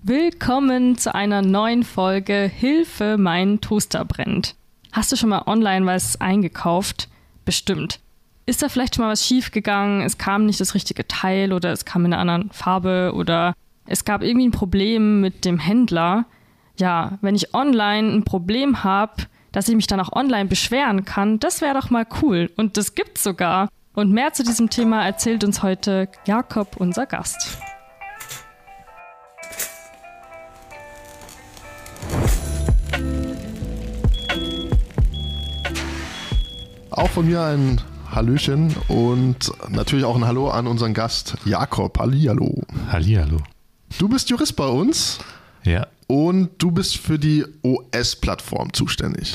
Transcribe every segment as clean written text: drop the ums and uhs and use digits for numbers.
Willkommen zu einer neuen Folge Hilfe, mein Toaster brennt. Hast du schon mal online was eingekauft? Bestimmt. Ist da vielleicht schon mal was schief gegangen? Es kam nicht das richtige Teil oder es kam in einer anderen Farbe oder es gab irgendwie ein Problem mit dem Händler. Ja, wenn ich online ein Problem habe, dass ich mich dann auch online beschweren kann, das wäre doch mal cool. Und das gibt's sogar. Und mehr zu diesem Thema erzählt uns heute Jakob, unser Gast. Auch von mir ein Hallöchen und natürlich auch ein Hallo an unseren Gast Jakob. Hallihallo. Hallihallo. Du bist Jurist bei uns. Ja. Und du bist für die OS-Plattform zuständig.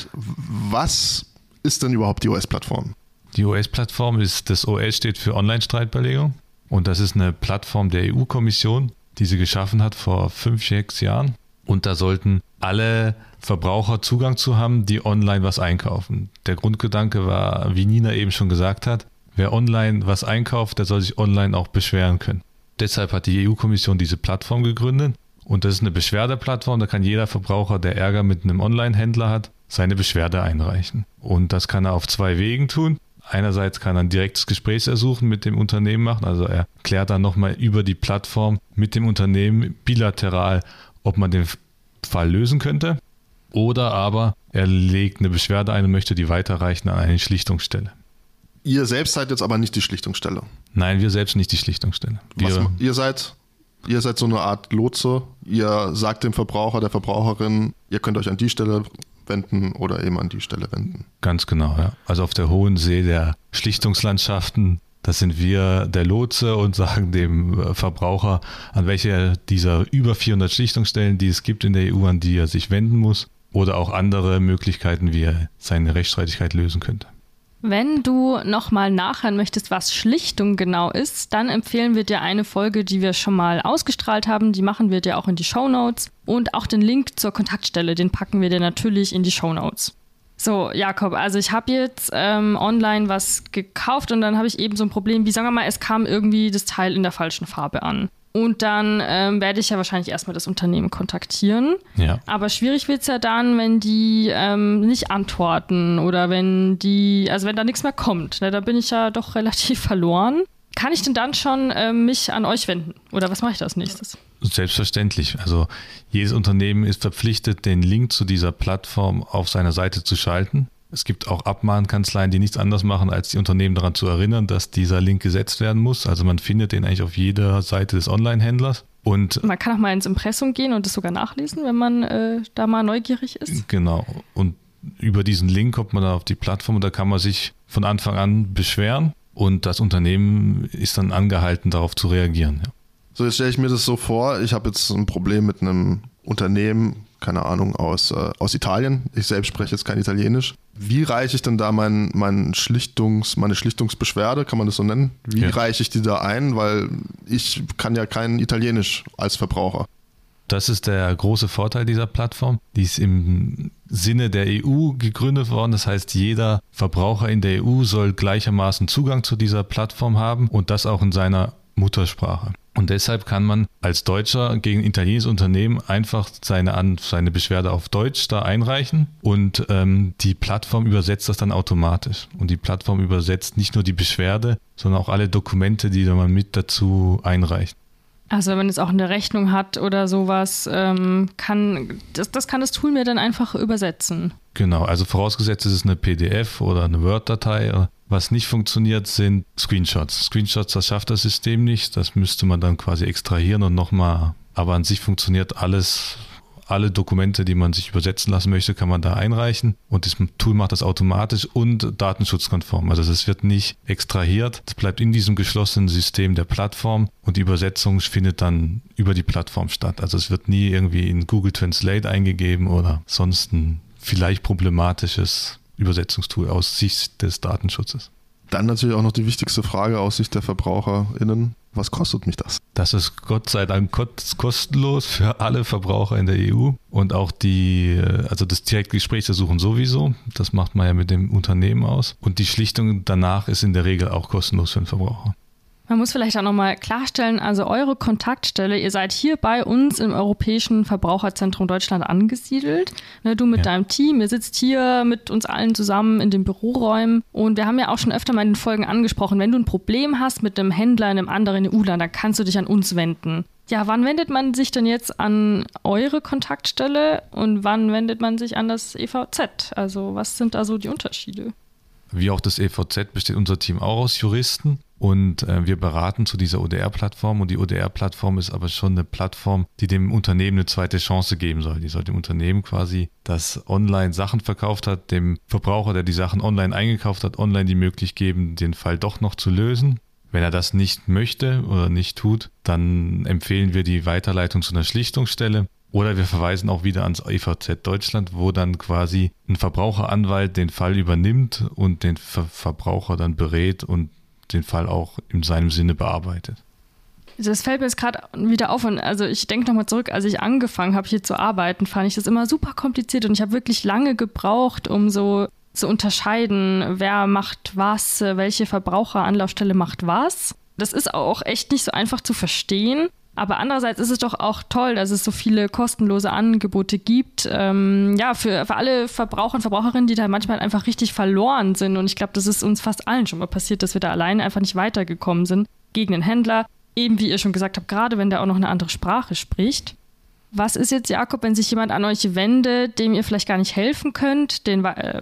Was ist denn überhaupt die OS-Plattform? Die OS-Plattform das OS steht für Online-Streitbeilegung. Und das ist eine Plattform der EU-Kommission, die sie geschaffen hat vor 5-6 Jahren. Und da sollten alle Verbraucher Zugang zu haben, die online was einkaufen. Der Grundgedanke war, wie Nina eben schon gesagt hat, wer online was einkauft, der soll sich online auch beschweren können. Deshalb hat die EU-Kommission diese Plattform gegründet. Und das ist eine Beschwerdeplattform, da kann jeder Verbraucher, der Ärger mit einem Online-Händler hat, seine Beschwerde einreichen. Und das kann er auf 2 Wegen tun. Einerseits kann er ein direktes Gesprächsersuchen mit dem Unternehmen machen, also er klärt dann nochmal über die Plattform mit dem Unternehmen bilateral, ob man den Fall lösen könnte. Oder aber er legt eine Beschwerde ein und möchte die weiterreichen an eine Schlichtungsstelle. Ihr selbst seid jetzt aber nicht die Schlichtungsstelle. Nein, wir selbst nicht die Schlichtungsstelle. Ihr seid so eine Art Lotse. Ihr sagt dem Verbraucher, der Verbraucherin, ihr könnt euch an die Stelle wenden oder eben an die Stelle wenden. Ganz genau, ja. Also auf der hohen See der Schlichtungslandschaften, das sind wir der Lotse und sagen dem Verbraucher, an welche dieser über 400 Schlichtungsstellen, die es gibt in der EU, an die er sich wenden muss oder auch andere Möglichkeiten, wie er seine Rechtsstreitigkeit lösen könnte. Wenn du nochmal nachhören möchtest, was Schlichtung genau ist, dann empfehlen wir dir eine Folge, die wir schon mal ausgestrahlt haben. Die machen wir dir auch in die Shownotes. Und auch den Link zur Kontaktstelle, den packen wir dir natürlich in die Shownotes. So, Jakob, also ich habe jetzt online was gekauft und dann habe ich eben so ein Problem, wie sagen wir mal, es kam irgendwie das Teil in der falschen Farbe an. Und dann werde ich ja wahrscheinlich erstmal das Unternehmen kontaktieren. Ja. Aber schwierig wird es ja dann, wenn die nicht antworten oder wenn da nichts mehr kommt. Ne, da bin ich ja doch relativ verloren. Kann ich denn dann schon mich an euch wenden? Oder was mache ich da als nächstes? Selbstverständlich. Also jedes Unternehmen ist verpflichtet, den Link zu dieser Plattform auf seiner Seite zu schalten. Es gibt auch Abmahnkanzleien, die nichts anderes machen, als die Unternehmen daran zu erinnern, dass dieser Link gesetzt werden muss. Also man findet den eigentlich auf jeder Seite des Online-Händlers. Und man kann auch mal ins Impressum gehen und das sogar nachlesen, wenn man da mal neugierig ist. Genau. Und über diesen Link kommt man dann auf die Plattform und da kann man sich von Anfang an beschweren und das Unternehmen ist dann angehalten, darauf zu reagieren. Ja. So, jetzt stelle ich mir das so vor, ich habe jetzt ein Problem mit einem Unternehmen, keine Ahnung, aus Italien. Ich selbst spreche jetzt kein Italienisch. Wie reiche ich denn da meine Schlichtungsbeschwerde, kann man das so nennen? Wie reiche ich die da ein? Weil ich kann ja kein Italienisch als Verbraucher. Das ist der große Vorteil dieser Plattform. Die ist im Sinne der EU gegründet worden. Das heißt, jeder Verbraucher in der EU soll gleichermaßen Zugang zu dieser Plattform haben und das auch in seiner Muttersprache. Und deshalb kann man als Deutscher gegen ein italienisches Unternehmen einfach seine Beschwerde auf Deutsch da einreichen und die Plattform übersetzt das dann automatisch. Und die Plattform übersetzt nicht nur die Beschwerde, sondern auch alle Dokumente, die man mit dazu einreicht. Also wenn man jetzt auch eine Rechnung hat oder sowas, kann das Tool mir dann einfach übersetzen. Genau, also vorausgesetzt ist es eine PDF oder eine Word-Datei. Was nicht funktioniert, sind Screenshots. Screenshots, das schafft das System nicht. Das müsste man dann quasi extrahieren und nochmal. Aber an sich funktioniert alles. Alle Dokumente, die man sich übersetzen lassen möchte, kann man da einreichen. Und das Tool macht das automatisch und datenschutzkonform. Also es wird nicht extrahiert. Es bleibt in diesem geschlossenen System der Plattform und die Übersetzung findet dann über die Plattform statt. Also es wird nie irgendwie in Google Translate eingegeben oder sonst ein vielleicht problematisches Übersetzungstool aus Sicht des Datenschutzes. Dann natürlich auch noch die wichtigste Frage aus Sicht der VerbraucherInnen. Was kostet mich das? Das ist Gott sei Dank kostenlos für alle Verbraucher in der EU und auch das Direktgesprächsersuchen sowieso. Das macht man ja mit dem Unternehmen aus. Und die Schlichtung danach ist in der Regel auch kostenlos für den Verbraucher. Man muss vielleicht auch nochmal klarstellen, also eure Kontaktstelle, ihr seid hier bei uns im Europäischen Verbraucherzentrum Deutschland angesiedelt. Ne, du mit deinem Team, ihr sitzt hier mit uns allen zusammen in den Büroräumen. Und wir haben ja auch schon öfter mal in den Folgen angesprochen, wenn du ein Problem hast mit einem Händler in einem anderen EU-Land, dann kannst du dich an uns wenden. Ja, wann wendet man sich denn jetzt an eure Kontaktstelle und wann wendet man sich an das EVZ? Also was sind da so die Unterschiede? Wie auch das EVZ besteht unser Team auch aus Juristen. Und wir beraten zu dieser ODR-Plattform und die ODR-Plattform ist aber schon eine Plattform, die dem Unternehmen eine zweite Chance geben soll. Die soll dem Unternehmen quasi, das online Sachen verkauft hat, dem Verbraucher, der die Sachen online eingekauft hat, online die Möglichkeit geben, den Fall doch noch zu lösen. Wenn er das nicht möchte oder nicht tut, dann empfehlen wir die Weiterleitung zu einer Schlichtungsstelle. Oder wir verweisen auch wieder ans EVZ Deutschland, wo dann quasi ein Verbraucheranwalt den Fall übernimmt und den Verbraucher dann berät und den Fall auch in seinem Sinne bearbeitet. Das fällt mir jetzt gerade wieder auf und also ich denke nochmal zurück, als ich angefangen habe hier zu arbeiten, fand ich das immer super kompliziert und ich habe wirklich lange gebraucht, um so zu unterscheiden, wer macht was, welche Verbraucheranlaufstelle macht was. Das ist auch echt nicht so einfach zu verstehen. Aber andererseits ist es doch auch toll, dass es so viele kostenlose Angebote gibt, für alle Verbraucher und Verbraucherinnen, die da manchmal einfach richtig verloren sind. Und ich glaube, das ist uns fast allen schon mal passiert, dass wir da alleine einfach nicht weitergekommen sind gegen den Händler. Eben wie ihr schon gesagt habt, gerade wenn der auch noch eine andere Sprache spricht. Was ist jetzt, Jakob, wenn sich jemand an euch wendet, dem ihr vielleicht gar nicht helfen könnt? Den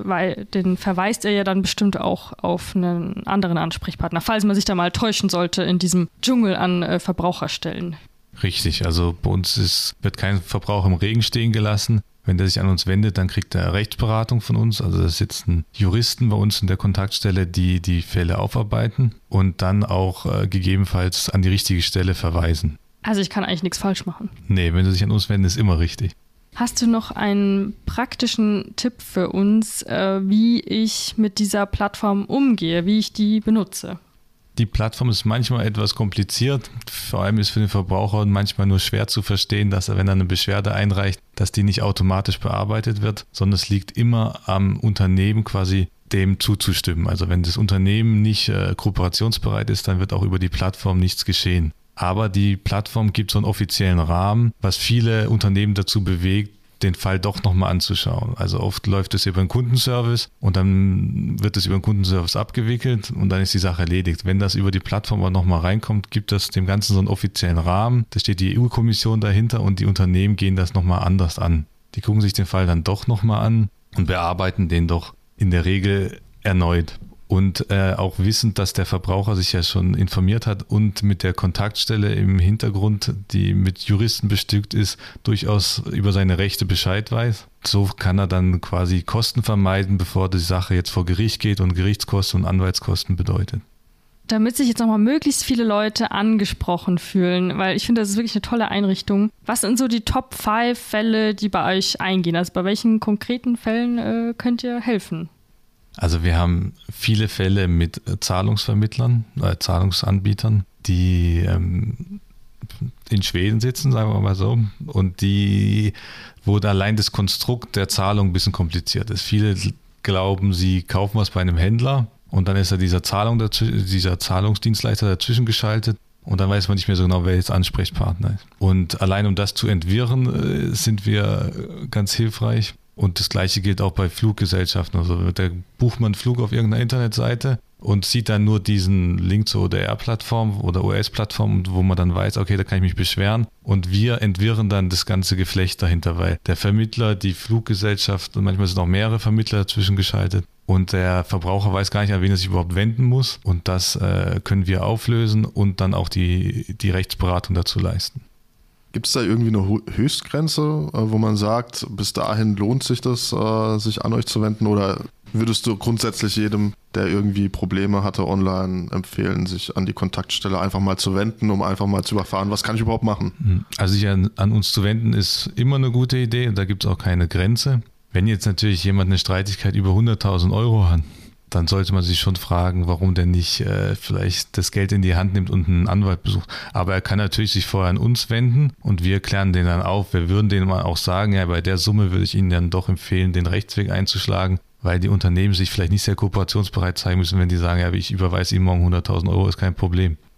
verweist ihr ja dann bestimmt auch auf einen anderen Ansprechpartner, falls man sich da mal täuschen sollte in diesem Dschungel an Verbraucherstellen. Richtig, also bei uns wird kein Verbraucher im Regen stehen gelassen. Wenn der sich an uns wendet, dann kriegt er Rechtsberatung von uns. Also da sitzen Juristen bei uns in der Kontaktstelle, die die Fälle aufarbeiten und dann auch gegebenenfalls an die richtige Stelle verweisen. Also ich kann eigentlich nichts falsch machen. Nee, wenn sie sich an uns wenden, ist immer richtig. Hast du noch einen praktischen Tipp für uns, wie ich mit dieser Plattform umgehe, wie ich die benutze? Die Plattform ist manchmal etwas kompliziert. Vor allem ist für den Verbraucher manchmal nur schwer zu verstehen, dass er, wenn er eine Beschwerde einreicht, dass die nicht automatisch bearbeitet wird, sondern es liegt immer am Unternehmen quasi dem zuzustimmen. Also wenn das Unternehmen nicht kooperationsbereit ist, dann wird auch über die Plattform nichts geschehen. Aber die Plattform gibt so einen offiziellen Rahmen, was viele Unternehmen dazu bewegt, den Fall doch nochmal anzuschauen. Also oft läuft es über einen Kundenservice und dann wird es über einen Kundenservice abgewickelt und dann ist die Sache erledigt. Wenn das über die Plattform aber nochmal reinkommt, gibt das dem Ganzen so einen offiziellen Rahmen. Da steht die EU-Kommission dahinter und die Unternehmen gehen das nochmal anders an. Die gucken sich den Fall dann doch nochmal an und bearbeiten den doch in der Regel erneut. Und auch wissend, dass der Verbraucher sich ja schon informiert hat und mit der Kontaktstelle im Hintergrund, die mit Juristen bestückt ist, durchaus über seine Rechte Bescheid weiß. So kann er dann quasi Kosten vermeiden, bevor die Sache jetzt vor Gericht geht und Gerichtskosten und Anwaltskosten bedeutet. Damit sich jetzt nochmal möglichst viele Leute angesprochen fühlen, weil ich finde, das ist wirklich eine tolle Einrichtung. Was sind so die Top 5 Fälle, die bei euch eingehen? Also bei welchen konkreten Fällen könnt ihr helfen? Also wir haben viele Fälle mit Zahlungsvermittlern, Zahlungsanbietern, die in Schweden sitzen, sagen wir mal so, und wo allein das Konstrukt der Zahlung ein bisschen kompliziert ist. Viele glauben, sie kaufen was bei einem Händler und dann ist da dieser Zahlungsdienstleister dazwischen geschaltet und dann weiß man nicht mehr so genau, wer jetzt Ansprechpartner ist. Und allein um das zu entwirren, sind wir ganz hilfreich. Und das Gleiche gilt auch bei Fluggesellschaften. Also da bucht man einen Flug auf irgendeiner Internetseite und sieht dann nur diesen Link zur ODR-Plattform oder OS-Plattform, wo man dann weiß, okay, da kann ich mich beschweren. Und wir entwirren dann das ganze Geflecht dahinter, weil der Vermittler, die Fluggesellschaft und manchmal sind auch mehrere Vermittler dazwischen geschaltet und der Verbraucher weiß gar nicht, an wen er sich überhaupt wenden muss. Und das können wir auflösen und dann auch die Rechtsberatung dazu leisten. Gibt es da irgendwie eine Höchstgrenze, wo man sagt, bis dahin lohnt sich das, sich an euch zu wenden? Oder würdest du grundsätzlich jedem, der irgendwie Probleme hatte online, empfehlen, sich an die Kontaktstelle einfach mal zu wenden, um einfach mal zu erfahren, was kann ich überhaupt machen? Also sich an uns zu wenden ist immer eine gute Idee und da gibt es auch keine Grenze. Wenn jetzt natürlich jemand eine Streitigkeit über 100.000 Euro hat, dann sollte man sich schon fragen, warum der nicht vielleicht das Geld in die Hand nimmt und einen Anwalt besucht. Aber er kann natürlich sich vorher an uns wenden und wir klären den dann auf. Wir würden denen mal auch sagen, ja, bei der Summe würde ich Ihnen dann doch empfehlen, den Rechtsweg einzuschlagen, weil die Unternehmen sich vielleicht nicht sehr kooperationsbereit zeigen müssen, wenn die sagen, ja, ich überweise Ihnen morgen 100.000 Euro, ist kein Problem.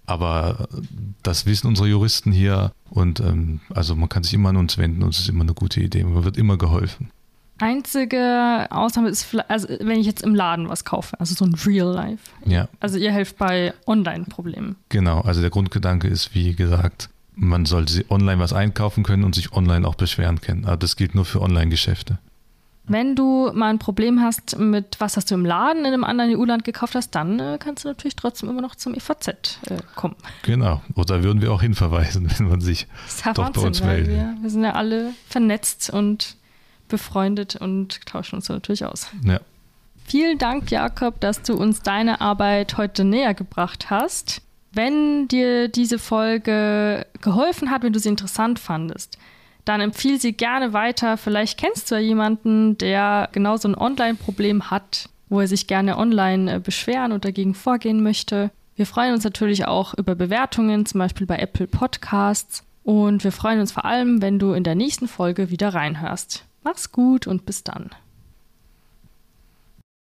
Aber das wissen unsere Juristen hier und also man kann sich immer an uns wenden und es ist immer eine gute Idee. Man wird immer geholfen. Einzige Ausnahme ist, also wenn ich jetzt im Laden was kaufe, also so ein Real Life. Ja. Also ihr helft bei Online-Problemen. Genau, also der Grundgedanke ist, wie gesagt, man sollte online was einkaufen können und sich online auch beschweren können. Aber das gilt nur für Online-Geschäfte. Wenn du mal ein Problem hast mit was du im Laden in einem anderen EU-Land gekauft hast, dann kannst du natürlich trotzdem immer noch zum EVZ kommen. Genau, oder würden wir auch hinverweisen, wenn man sich Das ist ja doch Wahnsinn, bei uns meldet. wir sind ja alle vernetzt und befreundet und tauschen uns natürlich aus. Ja. Vielen Dank, Jakob, dass du uns deine Arbeit heute näher gebracht hast. Wenn dir diese Folge geholfen hat, wenn du sie interessant fandest, dann empfiehl sie gerne weiter. Vielleicht kennst du ja jemanden, der genau so ein Online-Problem hat, wo er sich gerne online beschweren und dagegen vorgehen möchte. Wir freuen uns natürlich auch über Bewertungen, zum Beispiel bei Apple Podcasts. Und wir freuen uns vor allem, wenn du in der nächsten Folge wieder reinhörst. Mach's gut und bis dann.